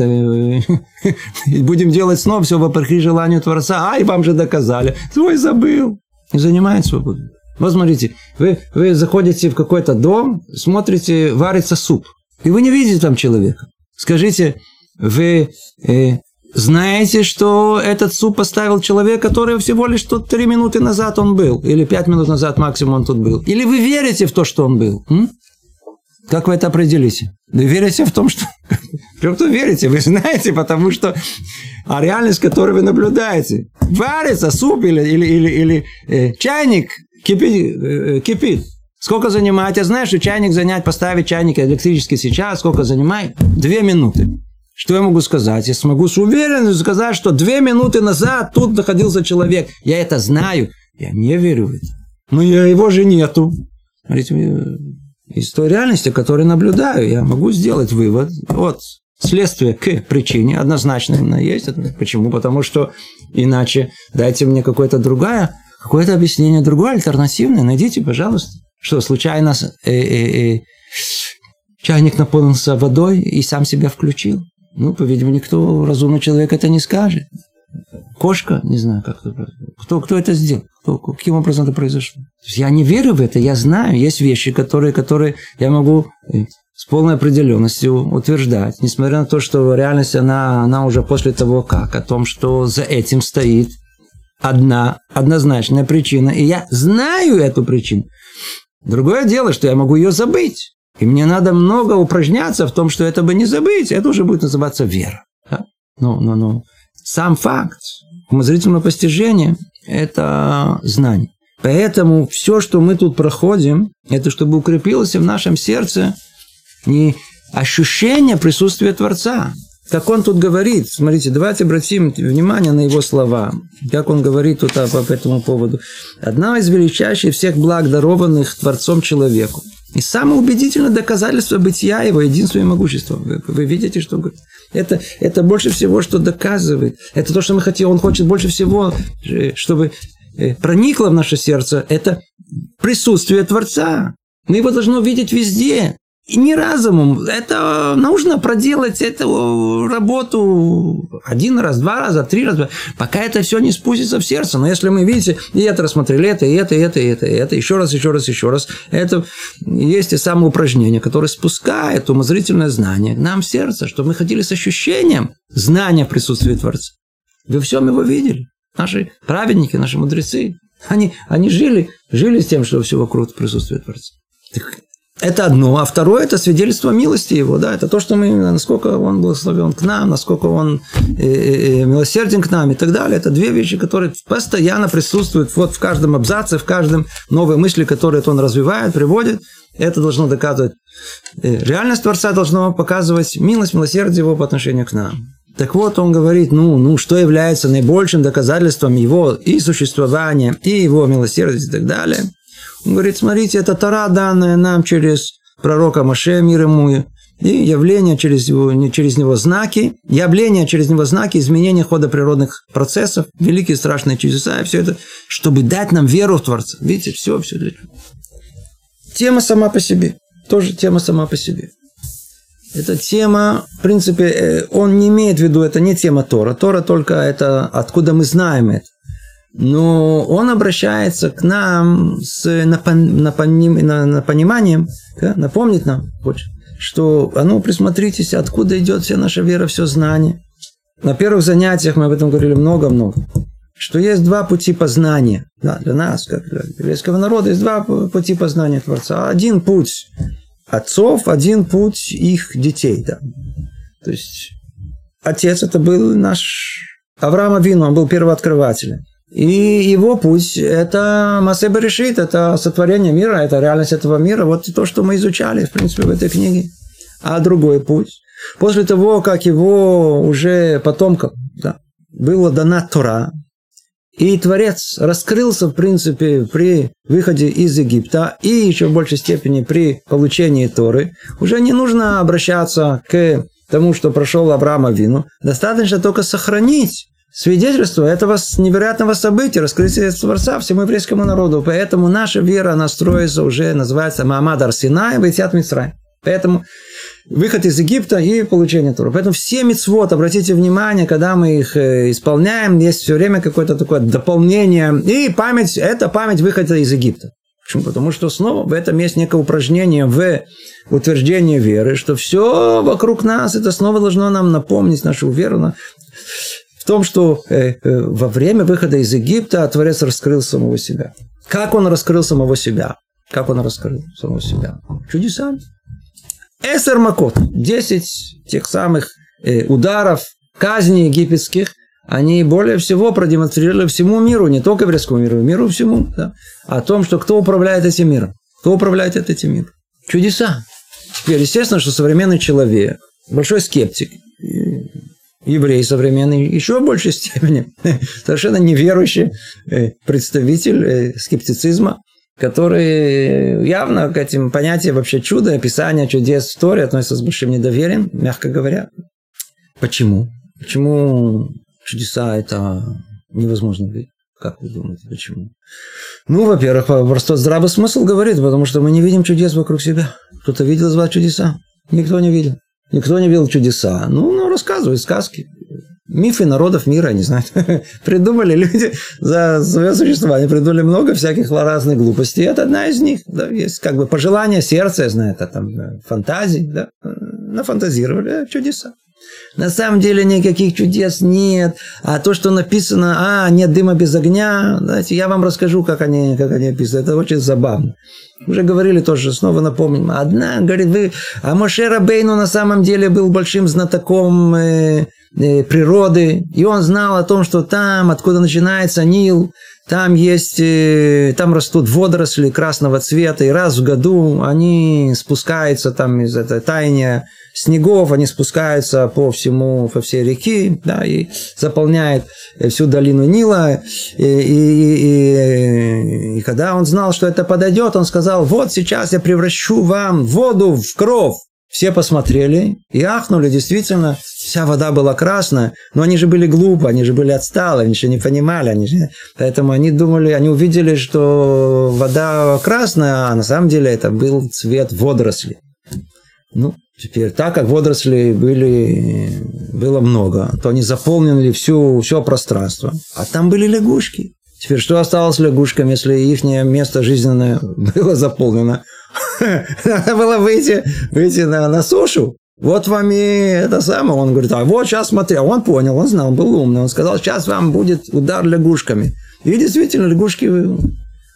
и будем делать снова все вопреки желанию Творца. Ай, вам же доказали. Твой забыл. Не занимает свободу. Вот смотрите, вы, вы заходите в какой-то дом, смотрите, варится суп, и вы не видите там человека. Скажите, вы э, знаете, что этот суп поставил человек, который всего лишь что три минуты назад он был, или пять минут назад максимум он тут был? Или вы верите в то, что он был? М? Как вы это определите? Вы верите в том, что... Прям кто верите? Вы знаете, потому что... А реальность, которую вы наблюдаете. Варится суп или, или, или, или э, чайник кипит, э, кипит. Сколько занимает? Я знаю, что чайник занять, поставить чайник электрический сейчас, сколько занимает? Две минуты. Что я могу сказать? Я смогу с уверенностью сказать, что две минуты назад тут находился человек. Я это знаю. Я не верю в это. Но я, его же нету. Смотрите, из той реальности, которую наблюдаю, я могу сделать вывод. Вот. Следствие к причине однозначно именно есть. Почему? Потому что иначе дайте мне какое-то другое, какое-то объяснение, другое, альтернативное. Найдите, пожалуйста. Что, случайно э, э, э, чайник наполнился водой и сам себя включил? Ну, по-видимому, никто, разумный человек, это не скажет. Кошка, не знаю, как это произошло. Кто, кто это сделал? Кто, каким образом это произошло? То есть я не верю в это, я знаю. Есть вещи, которые, которые я могу с полной определенностью утверждать, несмотря на то, что реальность, она, она уже после того, как, о том, что за этим стоит одна однозначная причина. И я знаю эту причину. Другое дело, что я могу ее забыть. И мне надо много упражняться в том, что это бы не забыть. Это уже будет называться вера. Да? Но, но, но сам факт умозрительного постижения – это знание. Поэтому все, что мы тут проходим, это чтобы укрепилось в нашем сердце не ощущение присутствия Творца. Как он тут говорит, смотрите, давайте обратим внимание на его слова. Как он говорит тут по этому поводу. Одна из величайших всех благ, дарованных Творцом человеку. И самое убедительное доказательство бытия его, единства и могущества. Вы, вы видите, что это, это больше всего, что доказывает. Это то, что мы хотим. Он хочет больше всего, чтобы проникло в наше сердце. Это присутствие Творца. Мы его должны видеть везде. И не разумом. Это нужно проделать эту работу один раз, два раза, три раза, пока это все не спустится в сердце. Но если мы, видите, и это рассмотрели, это, и это, и это, и это, и это, еще раз, еще раз, еще раз, это есть и самоупражнение, которое спускает умозрительное знание к нам в сердце, чтобы мы ходили с ощущением знания присутствия Творца. Вы всем его видели. Наши праведники, наши мудрецы, они, они жили, жили с тем, что все вокруг присутствует Творца. Так Это одно. А второе – это свидетельство милости его. Да? Это то, что мы, насколько он благословен к нам, насколько он э, э, милосерден к нам и так далее. Это две вещи, которые постоянно присутствуют вот в каждом абзаце, в каждом новой мысли, которую он развивает, приводит. Это должно доказывать. Э, реальность Творца должно показывать милость, милосердие его по отношению к нам. Так вот, он говорит, ну, ну, что является наибольшим доказательством его и существования, и его милосердия и так далее. Он говорит, смотрите, это Тора, данная нам через пророка Моше, мир ему, и явление через, его, через него знаки, явление через него знаки, изменения хода природных процессов, великие страшные чудеса, и все это, чтобы дать нам веру в Творца. Видите, все, все для чего. Тема сама по себе, тоже тема сама по себе. Эта тема, в принципе, он не имеет в виду, это не тема Тора. Тора только это, откуда мы знаем это. Но он обращается к нам с напон, напоним, напониманием, да, напомнить нам, хочет, что, а ну, присмотритесь, откуда идет вся наша вера, все знание. На первых занятиях мы об этом говорили много-много. Что есть два пути познания. Да, для нас, как для еврейского народа, есть два пути познания Творца. Один путь отцов, один путь их детей. Да. То есть, отец это был наш Авраам Авину, он был первооткрывателем. И его путь – это Маасе Берешит, это сотворение мира, это реальность этого мира. Вот то, что мы изучали, в принципе, в этой книге. А другой путь – после того, как его уже потомкам, да, была дана Тора, и Творец раскрылся, в принципе, при выходе из Египта, и еще в большей степени при получении Торы, уже не нужно обращаться к тому, что прошел Авраам Авину, достаточно только сохранить свидетельство этого невероятного события, раскрытия Творца всему еврейскому народу. Поэтому наша вера, она строится уже, называется Маамад ар-Синай, Ваетият Мицраим. Поэтому выход из Египта и получение Торы. Поэтому все мицвот, обратите внимание, когда мы их исполняем, есть все время какое-то такое дополнение. И память, это память выхода из Египта. Почему? Потому что снова в этом есть некое упражнение в утверждении веры, что все вокруг нас, это снова должно нам напомнить нашу веру, в том, что э, э, во время выхода из Египта Творец раскрыл самого себя. Как он раскрыл самого себя? Как он раскрыл самого себя? Чудесами. Эсер макот. Десять тех самых э, ударов, казней египетских, они более всего продемонстрировали всему миру, не только еврейскому миру, миру всему, да, о том, что кто управляет этим миром. Кто управляет этим миром? Чудеса. Теперь, естественно, что современный человек, большой скептик, еврей современный, еще в большей степени, совершенно неверующий представитель скептицизма, который явно к этим понятиям вообще чуда, описания чудес в Торе относится с большим недоверием, мягко говоря. Почему? Почему чудеса это невозможно видеть? Как вы думаете, почему? Ну, во-первых, просто здравый смысл говорит, потому что мы не видим чудес вокруг себя. Кто-то видел из вас чудеса? Никто не видел. Никто не видел чудеса. Ну, ну, рассказывают сказки. Мифы народов мира, не знаю. Придумали люди за свое существование. Придумали много всяких разных глупостей. Это одна из них. Да, есть как бы пожелание сердца, я знаю, это там фантазии. Да, нафантазировали чудеса. На самом деле никаких чудес нет. А то, что написано, а, нет дыма без огня, знаете, я вам расскажу, как они, как они описаны. Это очень забавно. Уже говорили тоже, снова напомним. Одна, говорит, вы, а Моше Рабейну на самом деле был большим знатоком э, э, природы, и он знал о том, что там, откуда начинается Нил, там есть, э, там растут водоросли красного цвета, и раз в году они спускаются там из этой таяния снегов, они спускаются по всему, по всей реке, да, и заполняют всю долину Нила. И, и, и, и когда он знал, что это подойдет, он сказал, вот сейчас я превращу вам воду в кровь. Все посмотрели и ахнули, действительно, вся вода была красная, но они же были глупы, они же были отсталые, они же не понимали, они же... поэтому они думали, они увидели, что вода красная, а на самом деле это был цвет водорослей. Ну, теперь, так как водорослей были, было много, то они заполнили всю, все пространство. А там были лягушки. Теперь, что осталось лягушкам, если их место жизненное было заполнено? Надо было выйти, выйти на, на сушу. Вот вам и это самое. Он говорит, а вот сейчас смотри. А он понял, он знал, он был умный. Он сказал, сейчас вам будет удар лягушками. И действительно, лягушки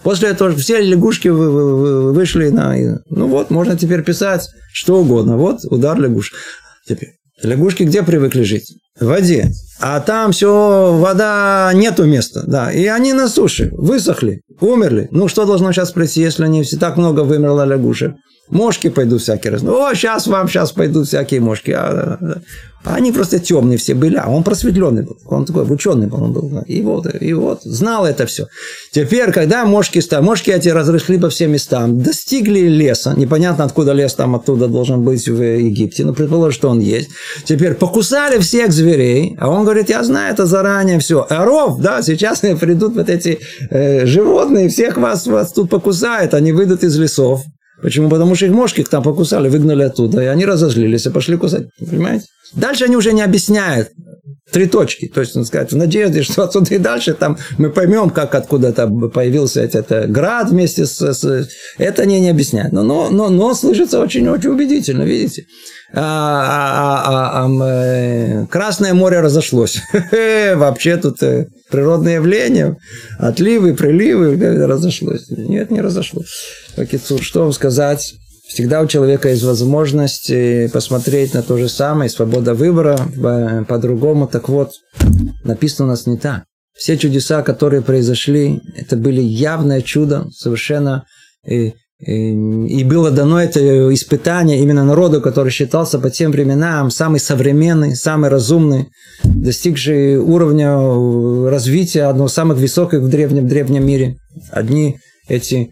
После этого все лягушки вышли на... Ну вот, можно теперь писать что угодно. Вот удар лягушек. Теперь лягушки где привыкли жить? В воде. А там все, вода, нету места. Да. И они на суше высохли, умерли. Ну, что должно сейчас пройти, если они все так много вымерло лягушек? Мошки пойдут всякие раз. О, сейчас вам, сейчас пойдут всякие мошки. А, а они просто темные все были. А он просветленный был. Он такой ученый был. Он был. И вот, и вот, знал это все. Теперь, когда мошки стали, мошки эти разросли по всем местам, достигли леса. Непонятно, откуда лес там оттуда должен быть в Египте. Но предположим, что он есть. Теперь покусали всех зверей. А он говорит, я знаю это заранее все. А ров, да, сейчас придут вот эти э, животные, всех вас, вас тут покусают. Они выйдут из лесов. Почему? Потому что их мошки там покусали, выгнали оттуда, и они разозлились и пошли кусать. Понимаете? Дальше они уже не объясняют. Три точки. То есть, он сказать, в надежде, что отсюда и дальше там мы поймем, как откуда-то появился этот, этот град вместе с... с это они не объясняют. Но, но, но, но слышится очень-очень убедительно, видите? А, а, а, а, Красное море разошлось. Вообще тут природное явление. Отливы, приливы разошлось. Нет, не разошлось. Что вам сказать? Всегда у человека есть возможность посмотреть на то же самое, свобода выбора по-другому. Так вот, написано у нас не так. Все чудеса, которые произошли, это были явное чудо, совершенно... И, и, и было дано это испытание именно народу, который считался по тем временам самый современный, самый разумный, достигший уровня развития одного из самых высоких в древнем, древнем мире. Одни эти...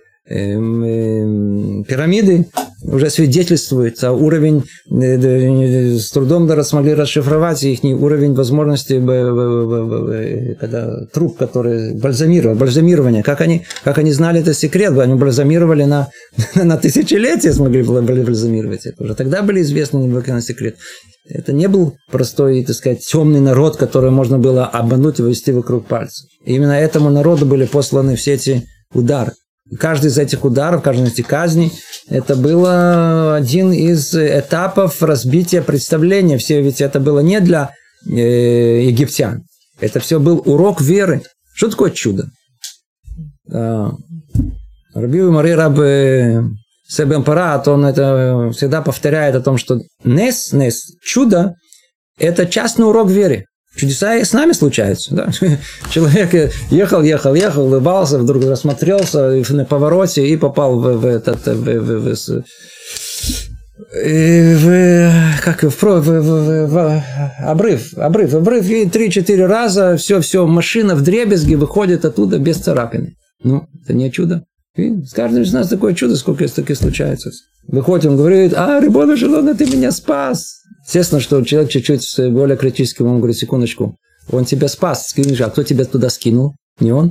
пирамиды уже свидетельствуют, а уровень с трудом даже смогли расшифровать их уровень возможности когда труп, который бальзамировал, бальзамирование, как они, как они знали этот секрет, они бальзамировали на, на тысячелетия, смогли бальзамировать это уже. Тогда были известны необыкновенный секрет. Это не был простой, так сказать, темный народ, который можно было обмануть и ввести вокруг пальца. И именно этому народу были посланы все эти удары. Каждый из этих ударов, каждый из этих казней, это был один из этапов разбития представления. Все, ведь это было не для э, египтян. Это все был урок веры. Что такое чудо? Раби Мари Раб Себен Парат, он это всегда повторяет о том, что нес, нес, чудо, это частный урок веры. Чудеса и с нами случаются. Да? Человек ехал, ехал, ехал, улыбался, вдруг рассмотрелся на повороте и попал в, в этот в, в, в, в, как, в, в, в, в обрыв, обрыв, обрыв, и три-четыре раза все, все, машина вдребезги выходит оттуда без царапины. Ну, это не чудо. И с каждым из нас такое чудо, сколько из таких случается. Выходит, он говорит, а, Рибоно шел Олам, ты меня спас. Естественно, что человек чуть-чуть с более критическим, он говорит, секундочку, он тебя спас, скинешь, а кто тебя туда скинул? Не он?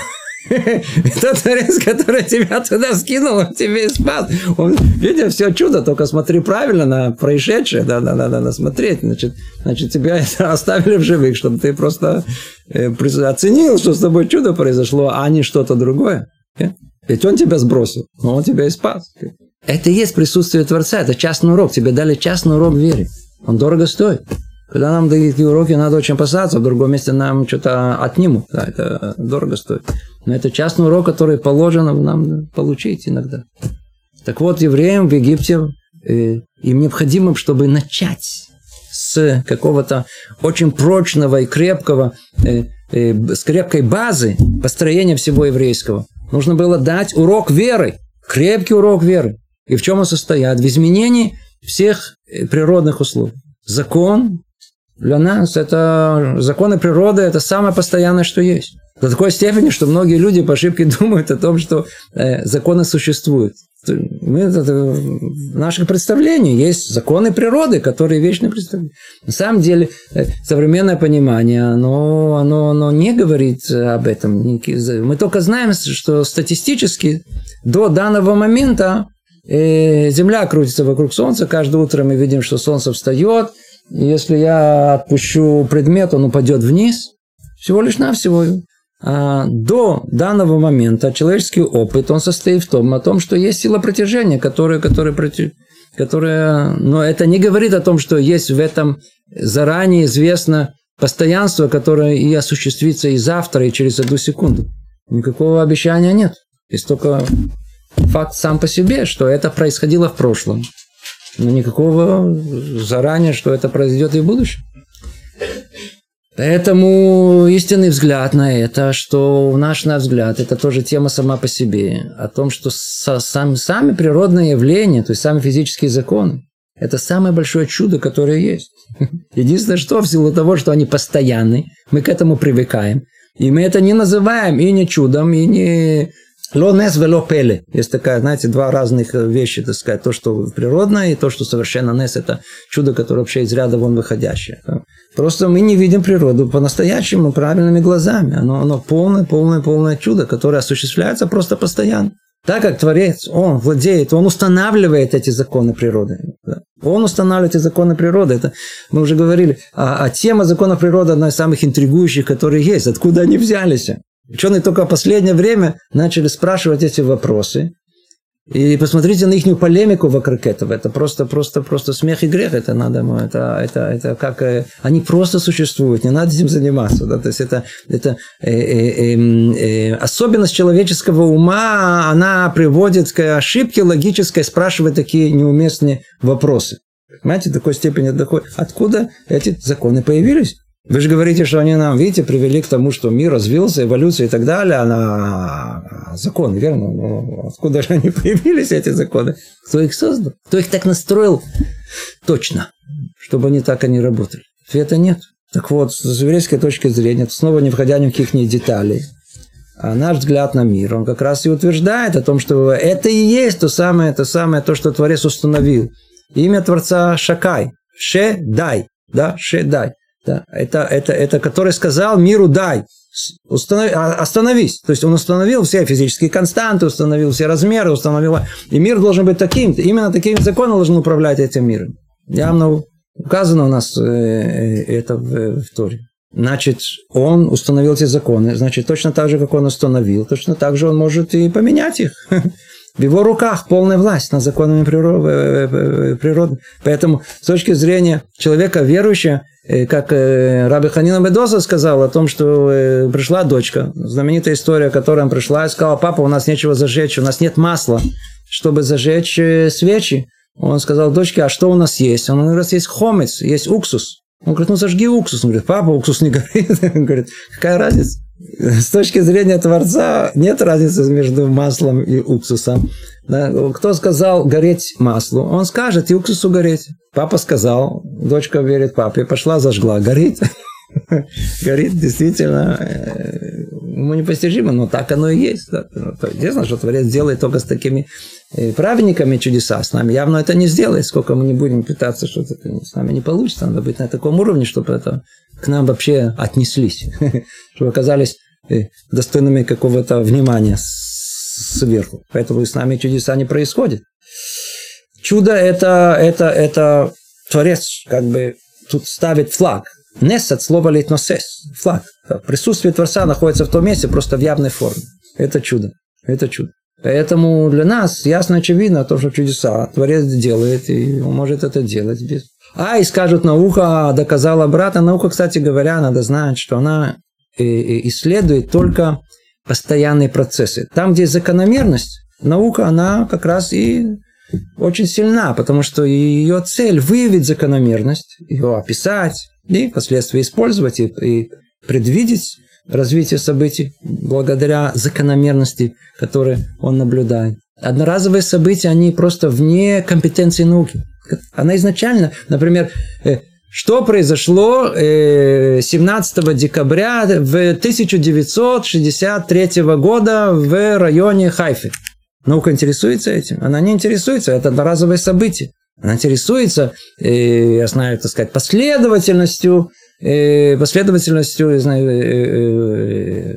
Тот Творец, который тебя туда скинул, он тебя и спас. Видя все чудо, только смотри правильно на происшедшее, да, надо, надо смотреть, значит, значит, тебя оставили в живых, чтобы ты просто оценил, что с тобой чудо произошло, а не что-то другое. Ведь он тебя сбросил, но он тебя и спас. Это и есть присутствие Творца, это частный урок. Тебе дали частный урок веры. Он дорого стоит. Когда нам дают такие уроки, надо очень опасаться, в другом месте нам что-то отнимут. Да, это дорого стоит. Но это частный урок, который положено нам получить иногда. Так вот, евреям в Египте э, им необходимо, чтобы начать с какого-то очень прочного и крепкого, э, э, с крепкой базы построения всего еврейского. Нужно было дать урок веры, крепкий урок веры. И в чем он состоит? В изменении всех природных условий. Закон для нас, это законы природы, это самое постоянное, что есть. До такой степени, что многие люди по ошибке думают о том, что э, законы существуют. Мы, это, в наших представлениях есть законы природы, которые вечно представляют. На самом деле, современное понимание, оно, оно, оно не говорит об этом. Мы только знаем, что статистически до данного момента э, Земля крутится вокруг Солнца. Каждое утро мы видим, что Солнце встает. Если я отпущу предмет, он упадет вниз. Всего лишь навсего. А до данного момента человеческий опыт, он состоит в том, о том, что есть сила притяжения, которая, которая, которая, но это не говорит о том, что есть в этом заранее известно постоянство, которое и осуществится и завтра, и через одну секунду. Никакого обещания нет. Есть только факт сам по себе, что это происходило в прошлом. Но никакого заранее, что это произойдет и в будущем. Поэтому истинный взгляд на это, что наш, наш взгляд, это тоже тема сама по себе, о том, что со, сам, сами природные явления, то есть сами физические законы, это самое большое чудо, которое есть. Единственное, что в силу того, что они постоянны, мы к этому привыкаем, и мы это не называем и не чудом, и не... Ло нес вело пеле. Есть такая, знаете, два разных вещи, так сказать. То, что природное, и то, что совершенно нес, это чудо, которое вообще из ряда вон выходящее. Просто мы не видим природу по-настоящему правильными глазами. Оно, оно полное, полное, полное чудо, которое осуществляется просто постоянно. Так как Творец, он владеет, он устанавливает эти законы природы. Он устанавливает эти законы природы. Это мы уже говорили. А, а тема законов природы одна из самых интригующих, которые есть. Откуда они взялись? Ученые только в последнее время начали спрашивать эти вопросы. И посмотрите на их полемику вокруг этого. Это просто, просто, просто смех и грех. Это надо, это, это, это как они просто существуют. Не надо этим заниматься. Да? То есть это, это э, э, э, особенность человеческого ума, она приводит к ошибке логической спрашивать такие неуместные вопросы. Понимаете, до такой степени доходит. Откуда эти законы появились? Вы же говорите, что они нам, видите, привели к тому, что мир развился, эволюция и так далее, а на законы, верно? Но откуда же они появились, эти законы? Кто их создал? Кто их так настроил точно, чтобы они так и не работали? Ответа нет. Так вот, с еврейской точки зрения, снова не входя ни в какие детали, а наш взгляд на мир, он как раз и утверждает о том, что это и есть то самое, то самое, то, что Творец установил. Имя Творца Шакай, Ше-Дай, да, Ше-Дай. Да, это, это, это который сказал миру дай, установи, остановись. То есть он установил все физические константы, установил все размеры, установил... И мир должен быть таким. Именно таким законом должен управлять этим миром. Явно указано у нас это в, в Торе. Значит, он установил эти законы. Значит, точно так же, как он установил, точно так же он может и поменять их. В его руках полная власть над законами природы. Поэтому с точки зрения человека верующего, как Раби Ханина бен Доса сказал о том, что пришла дочка, знаменитая история, которая пришла и сказала: папа, у нас нечего зажечь, у нас нет масла, чтобы зажечь свечи. Он сказал дочке: а что у нас есть? Он говорит: есть хомец, есть уксус. Он говорит: ну зажги уксус. Он говорит: папа, уксус не горит. Он говорит: какая разница? С точки зрения Творца нет разницы между маслом и уксусом. Да? Кто сказал гореть маслу? Он скажет, и уксусу гореть. Папа сказал, дочка верит папе, пошла, зажгла. Горит. Горит, действительно, ему непостижимо, но так оно и есть. Интересно, что Творец делает только с такими праведниками чудеса. С нами явно это не сделает. Сколько мы не будем пытаться, что это с нами не получится. Надо быть на таком уровне, чтобы это к нам вообще отнеслись. Чтобы оказались достойными какого-то внимания сверху. Поэтому с нами чудеса не происходят. Чудо это, это, это Творец как бы тут ставит флаг. Нес от слова лейтносес. Флаг. Присутствие Творца находится в том месте просто в явной форме. Это чудо. Это чудо. Поэтому для нас ясно очевидно то, что чудеса Творец делает, и он может это делать без... А, и скажут, наука доказала обратно. Наука, кстати говоря, надо знать, что она исследует только постоянные процессы. Там, где есть закономерность, наука, она как раз и очень сильна, потому что ее цель выявить закономерность, ее описать, и впоследствии использовать, и, и предвидеть развитие событий благодаря закономерности, которые он наблюдает. Одноразовые события, они просто вне компетенции науки. Она изначально, например, что произошло семнадцатого декабря тысяча девятьсот шестьдесят третьего года в районе Хайфы. Наука интересуется этим? Она не интересуется, это одноразовое событие. Она интересуется, я знаю, так сказать, последовательностью, последовательностью, я знаю,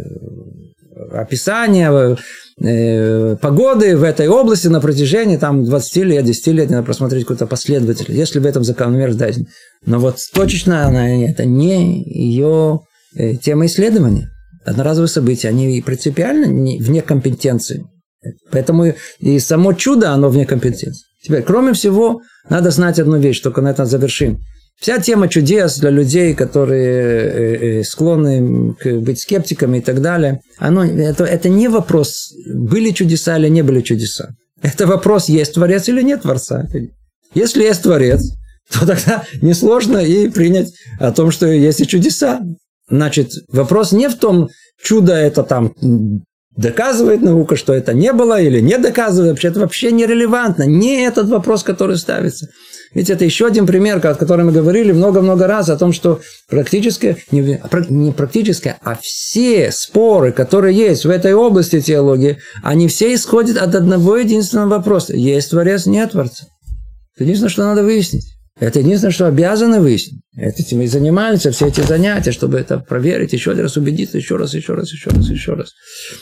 описания погоды в этой области на протяжении там, двадцать лет, десять лет, надо просмотреть какую-то последовательность, если в этом закономерность дать. Но вот точечно она, это не ее тема исследования. Одноразовые события, они принципиально вне компетенции. Поэтому и само чудо, оно вне компетенции. Теперь, кроме всего, надо знать одну вещь, только на этом завершим. Вся тема чудес для людей, которые склонны быть скептиками и так далее, оно, это, это не вопрос, были чудеса или не были чудеса. Это вопрос, есть Творец или нет Творца. Если есть Творец, то тогда несложно и принять о том, что есть и чудеса. Значит, вопрос не в том, чудо это там доказывает наука, что это не было или не доказывает. Вообще, это вообще нерелевантно. Не этот вопрос, который ставится. Ведь это еще один пример, о котором мы говорили много-много раз, о том, что практическое, не, не практическое, а все споры, которые есть в этой области теологии, они все исходят от одного единственного вопроса. Есть Творец, нет Творца. Это единственное, что надо выяснить. Это единственное, что обязаны выяснить. Этим и занимаются все эти занятия, чтобы это проверить, еще раз убедиться, еще раз, еще раз, еще раз, еще раз.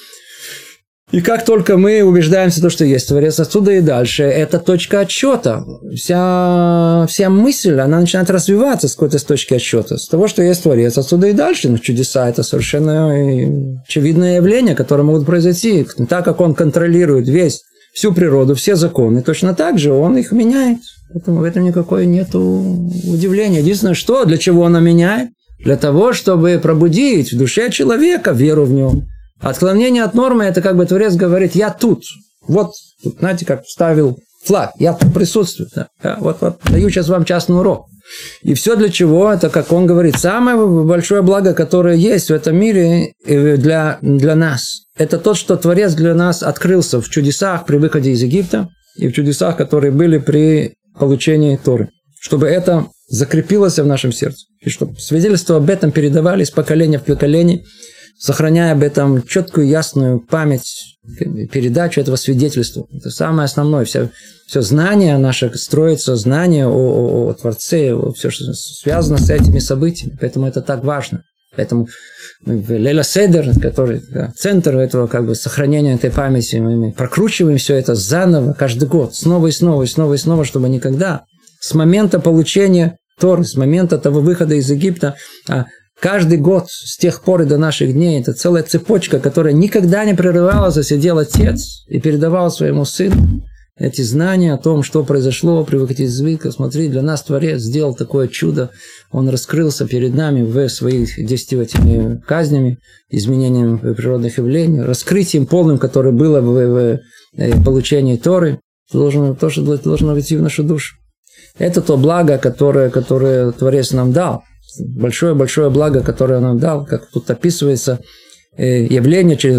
И как только мы убеждаемся в том, что есть Творец, отсюда и дальше, это точка отсчета. Вся, вся мысль, она начинает развиваться с какой-то точки отсчета. С того, что есть Творец, отсюда и дальше. Но чудеса – это совершенно очевидное явление, которое могут произойти. Так как он контролирует весь, всю природу, все законы, точно так же он их меняет. Поэтому в этом никакой нет удивления. Единственное, что, для чего он меняет? Для того, чтобы пробудить в душе человека веру в нем. Отклонение от нормы – это как бы Творец говорит, я тут. Вот, тут, знаете, как вставил флаг, я тут присутствую. Да? Я вот, вот, даю сейчас вам частный урок. И все для чего? Это, как он говорит, самое большое благо, которое есть в этом мире для, для нас. Это то, что Творец для нас открылся в чудесах при выходе из Египта и в чудесах, которые были при получении Торы. Чтобы это закрепилось в нашем сердце. И чтобы свидетельства об этом передавались поколение в поколение, сохраняя об этом четкую, ясную память, передачу этого свидетельства. Это самое основное. Все, все знание наше строится, знание о, о, о Творце, о, все, что связано с этими событиями. Поэтому это так важно. Поэтому в Лейла Седер, который да, центр этого как бы, сохранения этой памяти, мы прокручиваем все это заново, каждый год, снова и снова, и снова и снова, чтобы никогда с момента получения Торы, с момента того выхода из Египта, каждый год с тех пор и до наших дней это целая цепочка, которая никогда не прерывалась, а сидел отец и передавал своему сыну эти знания о том, что произошло при выходе из Египта. Смотри, для нас Творец сделал такое чудо. Он раскрылся перед нами в своих десятилетними казнями, изменением природных явлений, раскрытием полным, которое было в, в получении Торы. Это должно, то, что должно войти в нашу душу. Это то благо, которое, которое Творец нам дал. Большое-большое благо, которое он нам дал, как тут описывается, явление через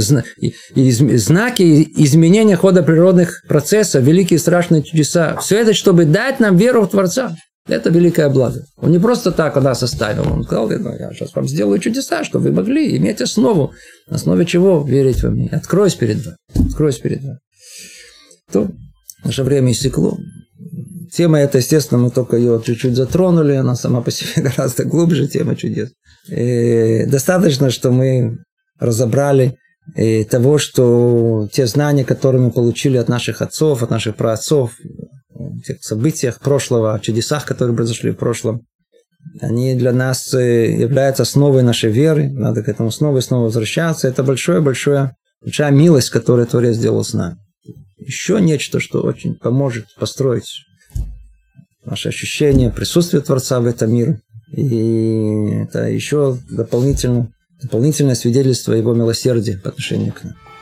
знаки изменения хода природных процессов, великие страшные чудеса. Все это, чтобы дать нам веру в Творца. Это великое благо. Он не просто так нас оставил. Он сказал, ну, я сейчас вам сделаю чудеса, чтобы вы могли иметь основу, на основе чего верить во меня. Откроюсь перед вами. Откроюсь перед вами. То наше время истекло. Тема эта, естественно, мы только ее чуть-чуть затронули, она сама по себе гораздо глубже, тема чудес. И достаточно, что мы разобрали того, что те знания, которые мы получили от наших отцов, от наших праотцов, о тех событиях прошлого, о чудесах, которые произошли в прошлом, они для нас являются основой нашей веры, надо к этому снова и снова возвращаться. Это большое-большое, большая милость, которую Творец сделал с нами. Еще нечто, что очень поможет построить наше ощущение присутствия Творца в этом мире. И это еще дополнительно, дополнительное свидетельство Его милосердия по отношению к нам.